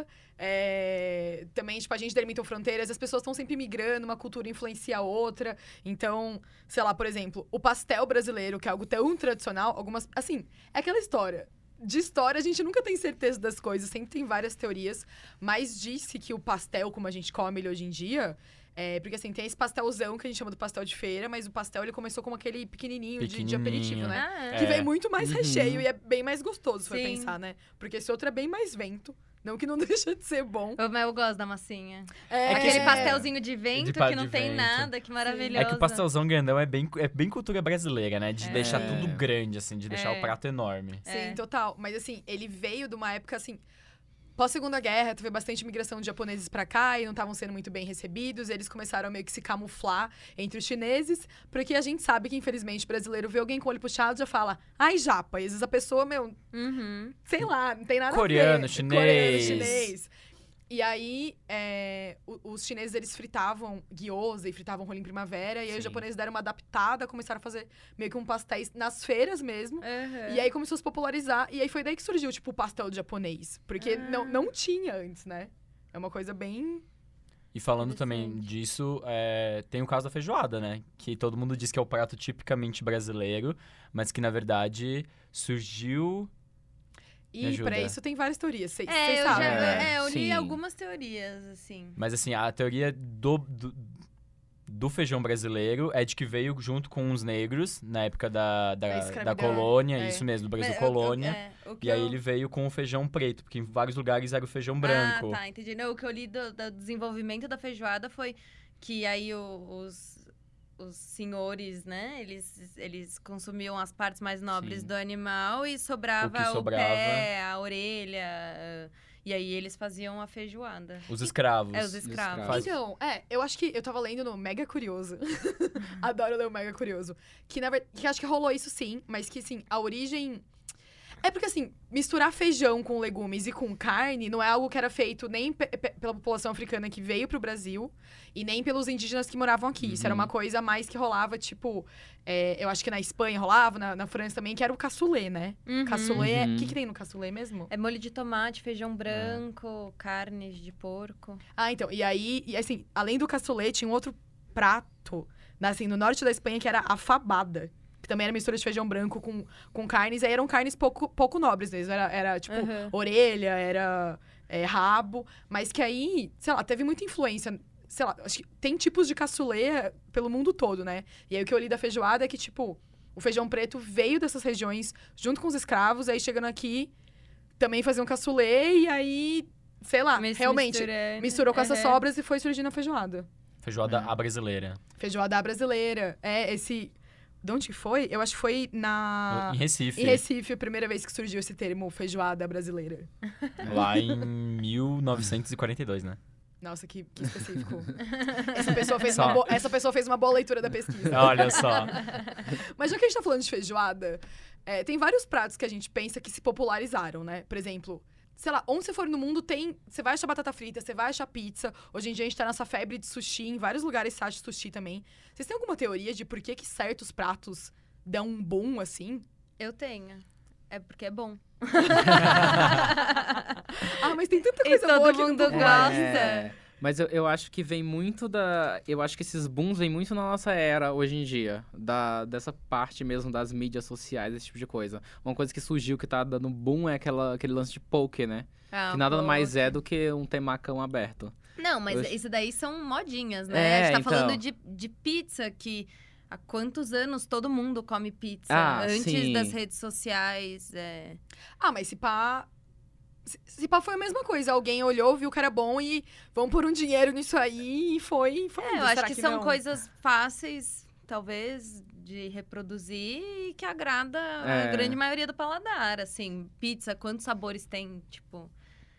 Também, tipo, a gente delimitou fronteiras, as pessoas estão sempre migrando, uma cultura influencia a outra. Então, sei lá, por exemplo, o pastel brasileiro, que é algo tão tradicional, algumas. Assim, é aquela história. De história, a gente nunca tem certeza das coisas, sempre tem várias teorias, mas disse que o pastel, como a gente come ele hoje em dia. Porque assim, tem esse pastelzão que a gente chama do pastel de feira, mas o pastel ele começou como aquele pequenininho de aperitivo, né? Ah, é. Que vem muito mais Uhum. recheio e é bem mais gostoso, se for Sim. pensar, né? Porque esse outro é bem mais vento. Não que não deixa de ser bom. Mas eu gosto da massinha. É, Aquele pastelzinho de vento De que não de tem vento. nada, que maravilhoso. É que o pastelzão grandão é bem cultura brasileira, né? De deixar tudo grande, assim, de deixar É. o prato enorme. Sim, total. Mas assim, ele veio de uma época assim. Pós-Segunda Guerra, teve bastante imigração de japoneses pra cá e não estavam sendo muito bem recebidos. Eles começaram a meio que se camuflar entre os chineses, porque a gente sabe que, infelizmente, o brasileiro vê alguém com o olho puxado e já fala, ai, japa. E às vezes a pessoa, Uhum. sei lá, não tem nada Coreano, a ver. chinês. Coreano, chinês. E aí, os chineses, eles fritavam gyoza e fritavam rolinho primavera. E aí, os Sim. japoneses deram uma adaptada, começaram a fazer meio que um pastéis nas feiras mesmo. Uhum. E aí, começou a se popularizar. E aí, foi daí que surgiu, tipo, o pastel japonês. Porque não tinha antes, né? É uma coisa bem... E falando também disso, tem o caso da feijoada, né? Que todo mundo diz que é o prato tipicamente brasileiro, mas que, na verdade, surgiu... Me E ajuda. pra isso tem várias teorias. Vocês eu sabem, já né? eu li Sim. algumas teorias, assim. Mas, assim, a teoria do feijão brasileiro é de que veio junto com os negros, na época da escravidão, colônia, é. isso mesmo, do Brasil Mas colônia. o que E aí eu- ele veio com o feijão preto, porque em vários lugares era o feijão branco. Ah, tá, entendi. Não, o que eu li do desenvolvimento da feijoada foi que aí os senhores, né, eles consumiam as partes mais nobres Sim. do animal e O sobrava que o sobrava. pé, a orelha, e aí eles faziam a feijoada. Os escravos. Os escravos. Faz- Então, eu acho que eu tava lendo no Mega Curioso. Adoro ler o Mega Curioso. Que, na verdade, que acho que rolou isso sim, mas que, assim, a origem... É porque, assim, misturar feijão com legumes e com carne não é algo que era feito nem pela população africana que veio pro Brasil e nem pelos indígenas que moravam aqui. Isso era uma coisa mais que rolava, tipo... eu acho que na Espanha rolava, na França também, que era o cassoulet, né? Uhum. Cassoulet, o que tem no cassoulet mesmo? É molho de tomate, feijão branco, carnes de porco. Ah, então. E aí, assim, além do cassoulet, tinha um outro prato, assim, no norte da Espanha, que era a fabada. Que também era mistura de feijão branco com carnes. Aí eram carnes pouco nobres mesmo. Era tipo, orelha, era rabo. Mas que aí, sei lá, teve muita influência. Sei lá, acho que tem tipos de cassoulet pelo mundo todo, né? E aí o que eu li da feijoada é que, tipo, o feijão preto veio dessas regiões junto com os escravos. Aí chegando aqui, também faziam cassoulet. E aí, sei lá, realmente misturou com essas sobras e foi surgindo a feijoada. Feijoada à brasileira. Feijoada brasileira. De onde foi? Eu acho que foi Em Recife. Em Recife, a primeira vez que surgiu esse termo feijoada brasileira. Lá em 1942, né? Nossa, que específico. Essa Só. pessoa fez uma boa leitura da pesquisa. Olha só. Mas já que a gente tá falando de feijoada, tem vários pratos que a gente pensa que se popularizaram, né? Por exemplo, sei lá, onde você for no mundo você vai achar batata frita, você vai achar pizza. Hoje em dia a gente tá nessa febre de sushi, em vários lugares você acha sushi também. Vocês têm alguma teoria de por que certos pratos dão um boom assim? Eu tenho. É porque é bom. Ah, mas tem tanta E coisa todo boa que mundo não gosta. Mas eu acho que vem muito da... Eu acho que esses booms vêm muito na nossa era, hoje em dia. Dessa parte mesmo das mídias sociais, esse tipo de coisa. Uma coisa que surgiu, que tá dando boom, é aquele lance de poke, né? Ah, que nada pô. mais é do que um temacão aberto. Não, mas Oxe. isso daí são modinhas, né? A gente tá então. falando de pizza, que há quantos anos todo mundo come pizza? Ah, antes sim. das redes sociais. Ah, mas se pá foi a mesma coisa. Alguém olhou, viu que era bom e vamos pôr um dinheiro nisso aí e foi Eu indo. acho Será que são não? coisas fáceis talvez, de reproduzir e que agrada a É. grande maioria do paladar. Assim, pizza, quantos sabores tem, tipo...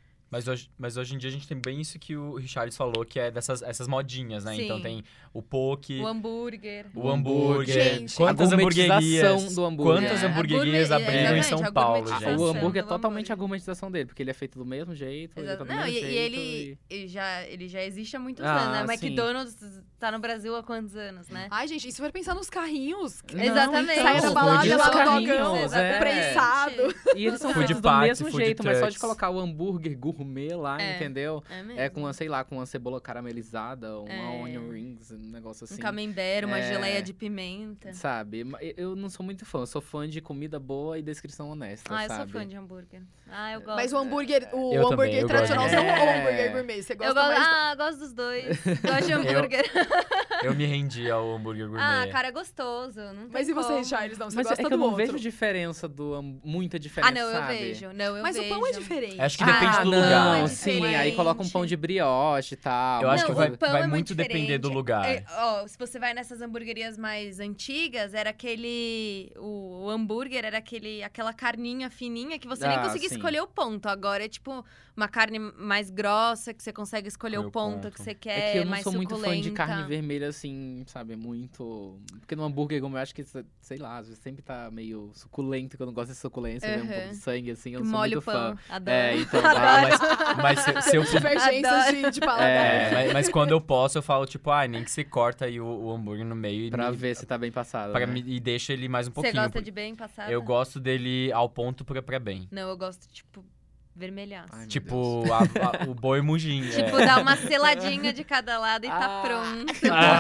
Mas hoje em dia a gente tem bem isso que o Richards falou, que é essas modinhas, né? Sim. Então tem o poke, O hambúrguer. o hambúrguer. Gente, Quantas a gourmetização hamburguerias? do hambúrguer. Quantas É, hamburguerias a abriram em gourmet- São exatamente, Paulo, a gente? gourmetização. O hambúrguer é do totalmente hambúrguer. a gourmetização dele, porque ele é feito do mesmo jeito, ele tá do Não, mesmo e jeito. ele já existe há muitos Ah, anos, né? O sim. McDonald's tá no Brasil há quantos anos, né? Ai, gente, e se for pensar nos carrinhos? Não, Exatamente. então, Saia da food balada e lá os no carrinhos, dogão, é. prensado. E eles são Food feitos do parks, mesmo food jeito, mas só de trucks. colocar o hambúrguer gourmet lá, É. entendeu? É mesmo. É com, sei lá, com uma cebola caramelizada, uma É. onion rings, um negócio assim. Um camembert, uma É. geleia de pimenta. Sabe? Eu não sou muito fã, eu sou fã de comida boa e descrição honesta, Ah, eu sabe? sou fã de hambúrguer. Ah, eu gosto. Mas o hambúrguer, o Eu também, hambúrguer eu tradicional gosto. ou o É. hambúrguer gourmet? Você gosta Eu gosto, mais? gosto dos dois. Gosto de hambúrguer. Eu me rendi ao hambúrguer gourmet. Cara, é gostoso. Não tem Mas e você, como. Richards? Não, você Mas gosta é que do eu não outro. vejo diferença muita diferença, Ah, não, eu sabe? vejo. Não, eu Mas vejo. o pão é diferente. Acho que depende Ah, do não, lugar. é Sim, diferente. aí coloca um pão de brioche e tal. Eu acho que Não, vai, o pão vai é muito depender do diferente. lugar. Se você vai nessas hamburguerias mais antigas, era aquele... O hambúrguer era aquela carninha fininha que você nem Ah, conseguia sim. escolher o ponto. Agora é tipo uma carne mais grossa, que você consegue escolher Escolher o o ponto ponto. que você É quer, que eu não mais sou muito fã de suculenta. carne vermelha, assim, sabe? Muito. Porque no hambúrguer, como eu acho que, sei lá, às vezes sempre tá meio suculento, que eu não gosto de suculência, né? Um pouco de sangue, assim, eu não sou Molha muito o pão. fã. Adoro. É, então. Mas se eu Divergências de paladar. mas quando eu posso, eu falo, tipo, nem que você corta aí o hambúrguer no meio e, Pra ver se tá bem passado. né? e deixa ele mais um Você pouquinho. gosta de bem passado? Eu gosto dele ao ponto pra bem. Não, eu gosto, tipo, vermelhaço. Ai, meu Tipo, o boi mugim. Tipo, dá uma seladinha de cada lado e tá pronto.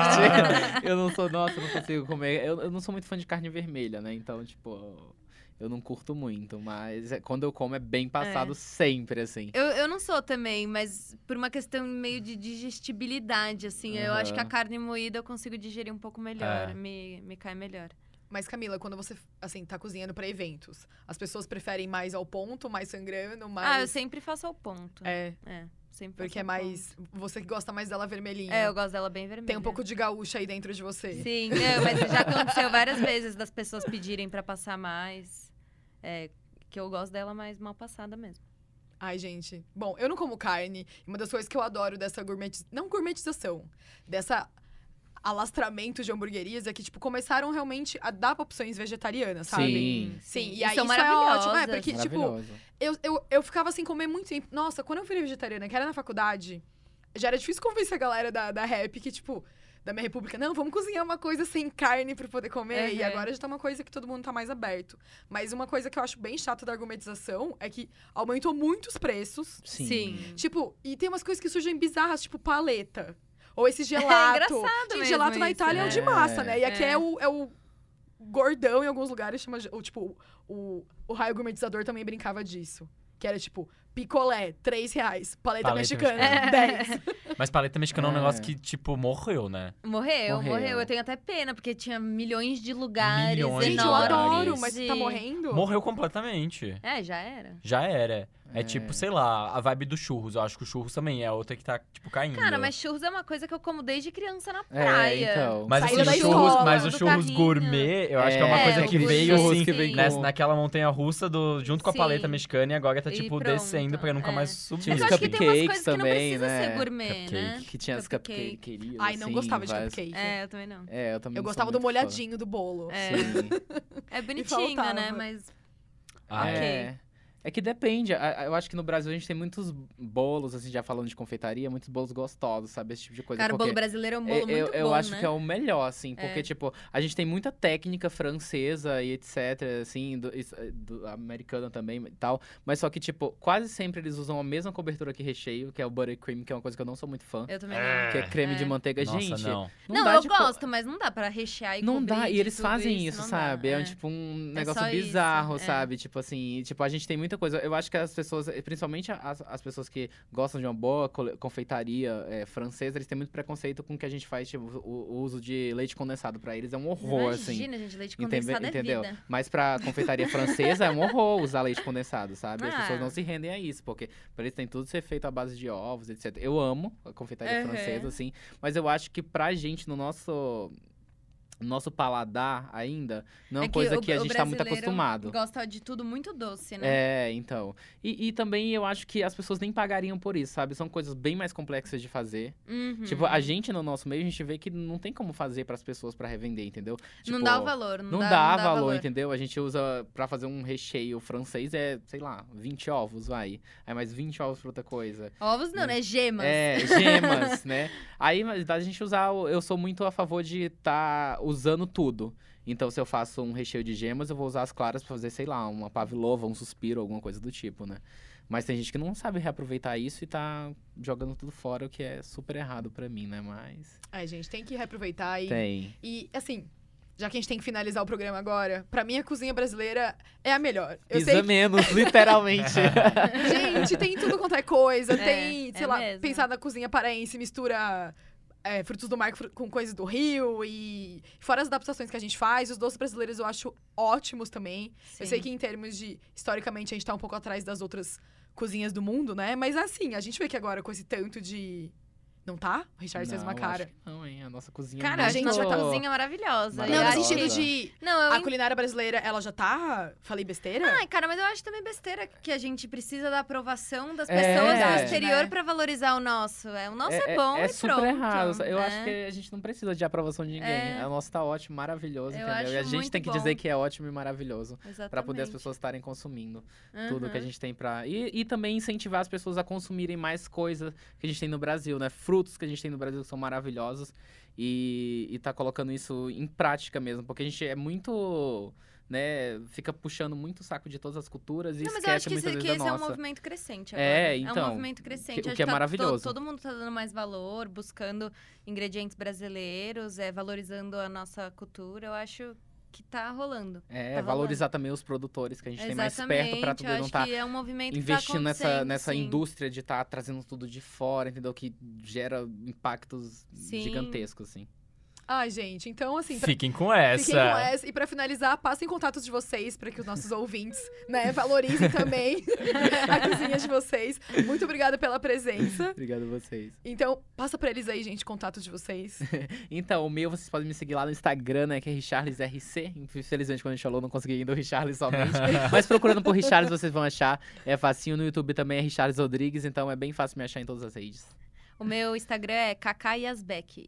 Eu não sou, nossa, eu não consigo comer. Eu não sou muito fã de carne vermelha, né? Então, tipo, eu não curto muito, mas quando eu como é bem passado sempre, assim. Eu não sou também, mas por uma questão meio de digestibilidade, assim. Eu acho que a Aham. carne moída eu consigo digerir um pouco melhor, É. me cai melhor. Mas, Camila, quando você, assim, tá cozinhando pra eventos, as pessoas preferem mais ao ponto, mais sangrando, mais... Eu sempre faço ao ponto. É, Sempre porque faço é ao mais... Você que gosta mais dela vermelhinha. ponto. Eu gosto dela bem vermelha. Tem um pouco de gaúcha aí dentro de você. Sim, não, mas já aconteceu várias vezes das pessoas pedirem pra passar mais. Que eu gosto dela mais mal passada mesmo. Ai, gente. Bom, eu não como carne. Uma das coisas que eu adoro dessa não gourmetização, dessa alastramento de hamburguerias é que, tipo, começaram realmente a dar opções vegetarianas, sabe? Sim, e aí são isso é maravilhosas. ótimo. Porque, tipo, Maravilhoso. eu ficava sem comer muito tempo. Nossa, quando eu virei vegetariana, que era na faculdade, já era difícil convencer a galera da rap que, tipo, da minha república, não, vamos cozinhar uma coisa sem carne pra poder comer. E Uhum. agora já tá uma coisa que todo mundo tá mais aberto. Mas uma coisa que eu acho bem chata da argumentização é que aumentou muito os preços. Sim. Tipo, e tem umas coisas que surgem bizarras, tipo paleta. Ou esse gelato. engraçado Gente, mesmo gelato na isso, Itália é o né? de massa, né? E aqui É. é o gordão em alguns lugares, chama... O raio gourmetizador também brincava disso. Que era, tipo, picolé, R$3. Paleta Paleta mexicana, mexicana. 10. Mas paleta mexicana é um É. negócio que, tipo, morreu, né? Morreu. Morreu. Eu tenho até pena, porque tinha milhões de lugares Milhões de Gente, eu lugares. adoro, mas tá morrendo? Morreu completamente. Já era. Já era. É É. tipo, sei lá, a vibe do churros. Eu acho que o churros também é outra que tá, tipo, caindo. Cara, mas churros é uma coisa que eu como desde criança na praia. Então. Mas Saída assim, da o churros, escola, mas o do churros carrinho. gourmet, eu acho que é uma coisa que o veio churros assim, que vem com- naquela montanha russa junto com a Sim. paleta mexicana e agora tá E tipo pronto, descendo pra nunca é. mais subir. Tinha Mas os eu acho que tem umas cupcakes coisas que não também, precisa né? ser gourmet, né? Cupcake. Que tinha as Cupcake. cupcakes. Ai, não assim, gostava de várias- cupcake. Eu também não. Eu também Eu não gostava sou do muito fã. molhadinho do bolo. É. Sim. É bonitinho, né? faltava. Mas Ah, É. É que depende. Eu acho que no Brasil a gente tem muitos bolos, assim, já falando de confeitaria, muitos bolos gostosos, sabe? Esse tipo de coisa. cara, o porque bolo brasileiro é um bolo muito eu bom, acho né? que é o melhor, assim, porque, tipo, a gente tem muita técnica francesa e etc, assim, americana também e tal, mas só que, tipo, quase sempre eles usam a mesma cobertura que recheio, que é o buttercream, que é uma coisa que eu não sou muito fã, Eu também não. que é creme de É. manteiga. Nossa, gente, não. Não, dá eu de gosto, mas não dá pra rechear e Não cobrir dá, e de eles tudo fazem isso, não sabe? dá, É tipo um negócio só isso, bizarro, é. sabe? Tipo assim, tipo, a gente tem muita coisa. Eu acho que as pessoas, principalmente as pessoas que gostam de uma boa confeitaria francesa, eles têm muito preconceito com o que a gente faz, tipo, o uso de leite condensado. Pra eles é um horror, assim. Imagina, gente, leite condensado Entendeu? é vida. Mas pra confeitaria francesa é um horror usar leite condensado, sabe? As Ah. pessoas não se rendem a isso, porque pra eles tem tudo ser feito à base de ovos, etc. Eu amo a confeitaria Uhum. francesa, assim, mas eu acho que pra gente, no nosso nosso paladar ainda não é uma É que coisa o- que a o gente tá muito brasileiro acostumado. Gosta de tudo muito doce, né? É, então. E também eu acho que as pessoas nem pagariam por isso, sabe? São coisas bem mais complexas de fazer. Uhum. Tipo, a gente no nosso meio, a gente vê que não tem como fazer pras pessoas pra revender, entendeu? Não Tipo, dá o valor, Não dá valor, entendeu? A gente usa pra fazer um recheio francês, sei lá, 20 ovos, vai. Aí mais 20 ovos pra outra coisa. Ovos não, né? Gemas. É, gemas, né? Aí, na verdade, a gente usar. Eu sou muito a favor de estar usando tudo. Então, se eu faço um recheio de gemas, eu vou usar as claras pra fazer, sei lá, uma pavlova, um suspiro, alguma coisa do tipo, né? Mas tem gente que não sabe reaproveitar isso e tá jogando tudo fora, o que é super errado pra mim, né? Mas. Gente, tem que reaproveitar Tem. E, assim, já que a gente tem que finalizar o programa agora, pra mim a cozinha brasileira é a melhor. Eu Pisa sei menos, literalmente. que, gente, tem tudo quanto é coisa. Tem, sei é lá, mesmo. pensar na cozinha paraense, mistura frutos do mar com coisas do Rio. E fora as adaptações que a gente faz, os doces brasileiros eu acho ótimos também. Eu sei que em termos de, historicamente, a gente tá um pouco atrás das outras cozinhas do mundo, né? Mas assim, a gente vê que agora com esse tanto de... Não tá? O Richard fez uma Não, cara. acho que não, hein? A nossa cozinha Cara, é a gente gente já tá- cozinha é maravilhosa. Não, Eu no acho sentido que- de... Não, eu A culinária brasileira, ela já tá... Falei besteira? Ai, cara, mas eu acho também besteira que a gente precisa da aprovação das É. pessoas do Verdade, exterior né? pra valorizar o nosso. O nosso é bom é e super pronto. errado. Eu né? acho que a gente não precisa de aprovação de ninguém. É. O nosso tá ótimo, maravilhoso, Eu entendeu? acho E a gente muito tem que bom. dizer que é ótimo e maravilhoso. Exatamente. Pra poder as pessoas estarem consumindo tudo que a Uhum. gente tem pra... E também incentivar as pessoas a consumirem mais coisas que a gente tem no Brasil, né? Frutos que a gente tem no Brasil que são maravilhosos. E tá colocando isso em prática mesmo. Porque a gente é muito... né? Fica puxando muito o saco de todas as culturas e Não, mas eu acho esquece que muitas esse esse, vezes da é um nossa. movimento crescente agora. É, É então, um movimento crescente. o que Acho é tá maravilhoso. Todo mundo tá dando mais valor, buscando ingredientes brasileiros, valorizando a nossa cultura. Eu acho que tá rolando. É, tá valorizar também os produtores que a gente tem mais perto pra Exatamente, poder eu não acho estar que é um movimento investindo que tá nessa acontecendo, sim. indústria de estar trazendo tudo de fora, entendeu? Que gera impactos Sim. gigantescos, assim. Ai, gente, então assim... Fiquem com Fiquem com essa. essa. E pra finalizar, passem contatos de vocês para que os nossos ouvintes, né, valorizem também a cozinha de vocês. Muito obrigada pela presença. Obrigado a vocês. Então, passa pra eles aí, gente, contato de vocês. Então, o meu, vocês podem me seguir lá no Instagram, né? Que é RicharlesRC. Infelizmente, quando a gente falou, não consegui ainda o Richarles somente. Mas procurando por Richarles, vocês vão achar. É facinho. No YouTube também é Richarles Rodrigues. Então, é bem fácil me achar em todas as redes. O meu Instagram é Kaká Yazbek,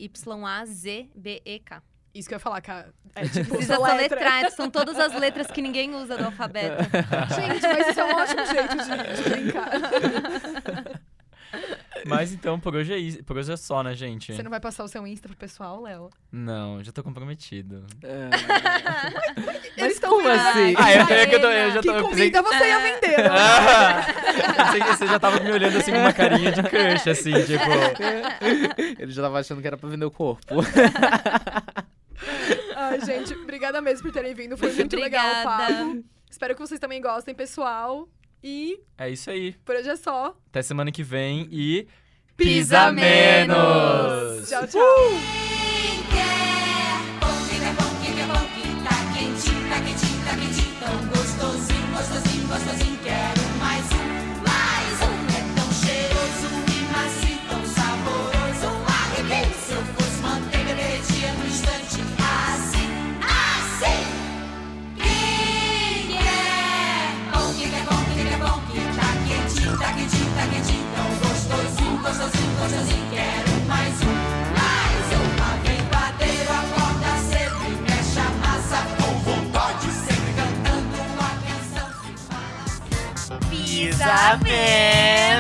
YAZBEK. Isso que eu ia falar, cara. É tipo, Precisa essa letra. soletrar, são todas as letras que ninguém usa do alfabeto. Gente, mas isso é um ótimo jeito de brincar. Mas então, por hoje é isso. Por hoje é só, né, gente? Você não vai passar o seu Insta pro pessoal, Léo? Não, já tô comprometido. Eles estão como assim? Eu já Que tô... eu pensei- comida você ia vender, né? Eu pensei que você já tava me olhando assim com uma carinha de crush, assim, tipo... Ele já tava achando que era pra vender o corpo. Ai, gente, obrigada mesmo por terem vindo. Foi muito legal o Obrigada. papo. Espero que vocês também gostem, pessoal. E É isso aí. por hoje é só. Até semana que vem e... Pisa menos! Tchau, tchau! Tão gostosinho, gostosinho, gostosinho, quero mais um é tão cheiroso e macio, tão saboroso, um arrepio. Se eu fosse manteiga, derretia no instante, assim, assim. Que é bom, que é bom, que é bom, que tá quentinho, tá quentinho, tá quentinho, tão gostosinho, gostosinho, gostosinho, quero mais um. Uma vem padeiro, acorda cedo e mexe a massa com vontade, sempre cantando uma canção. Pisa menos.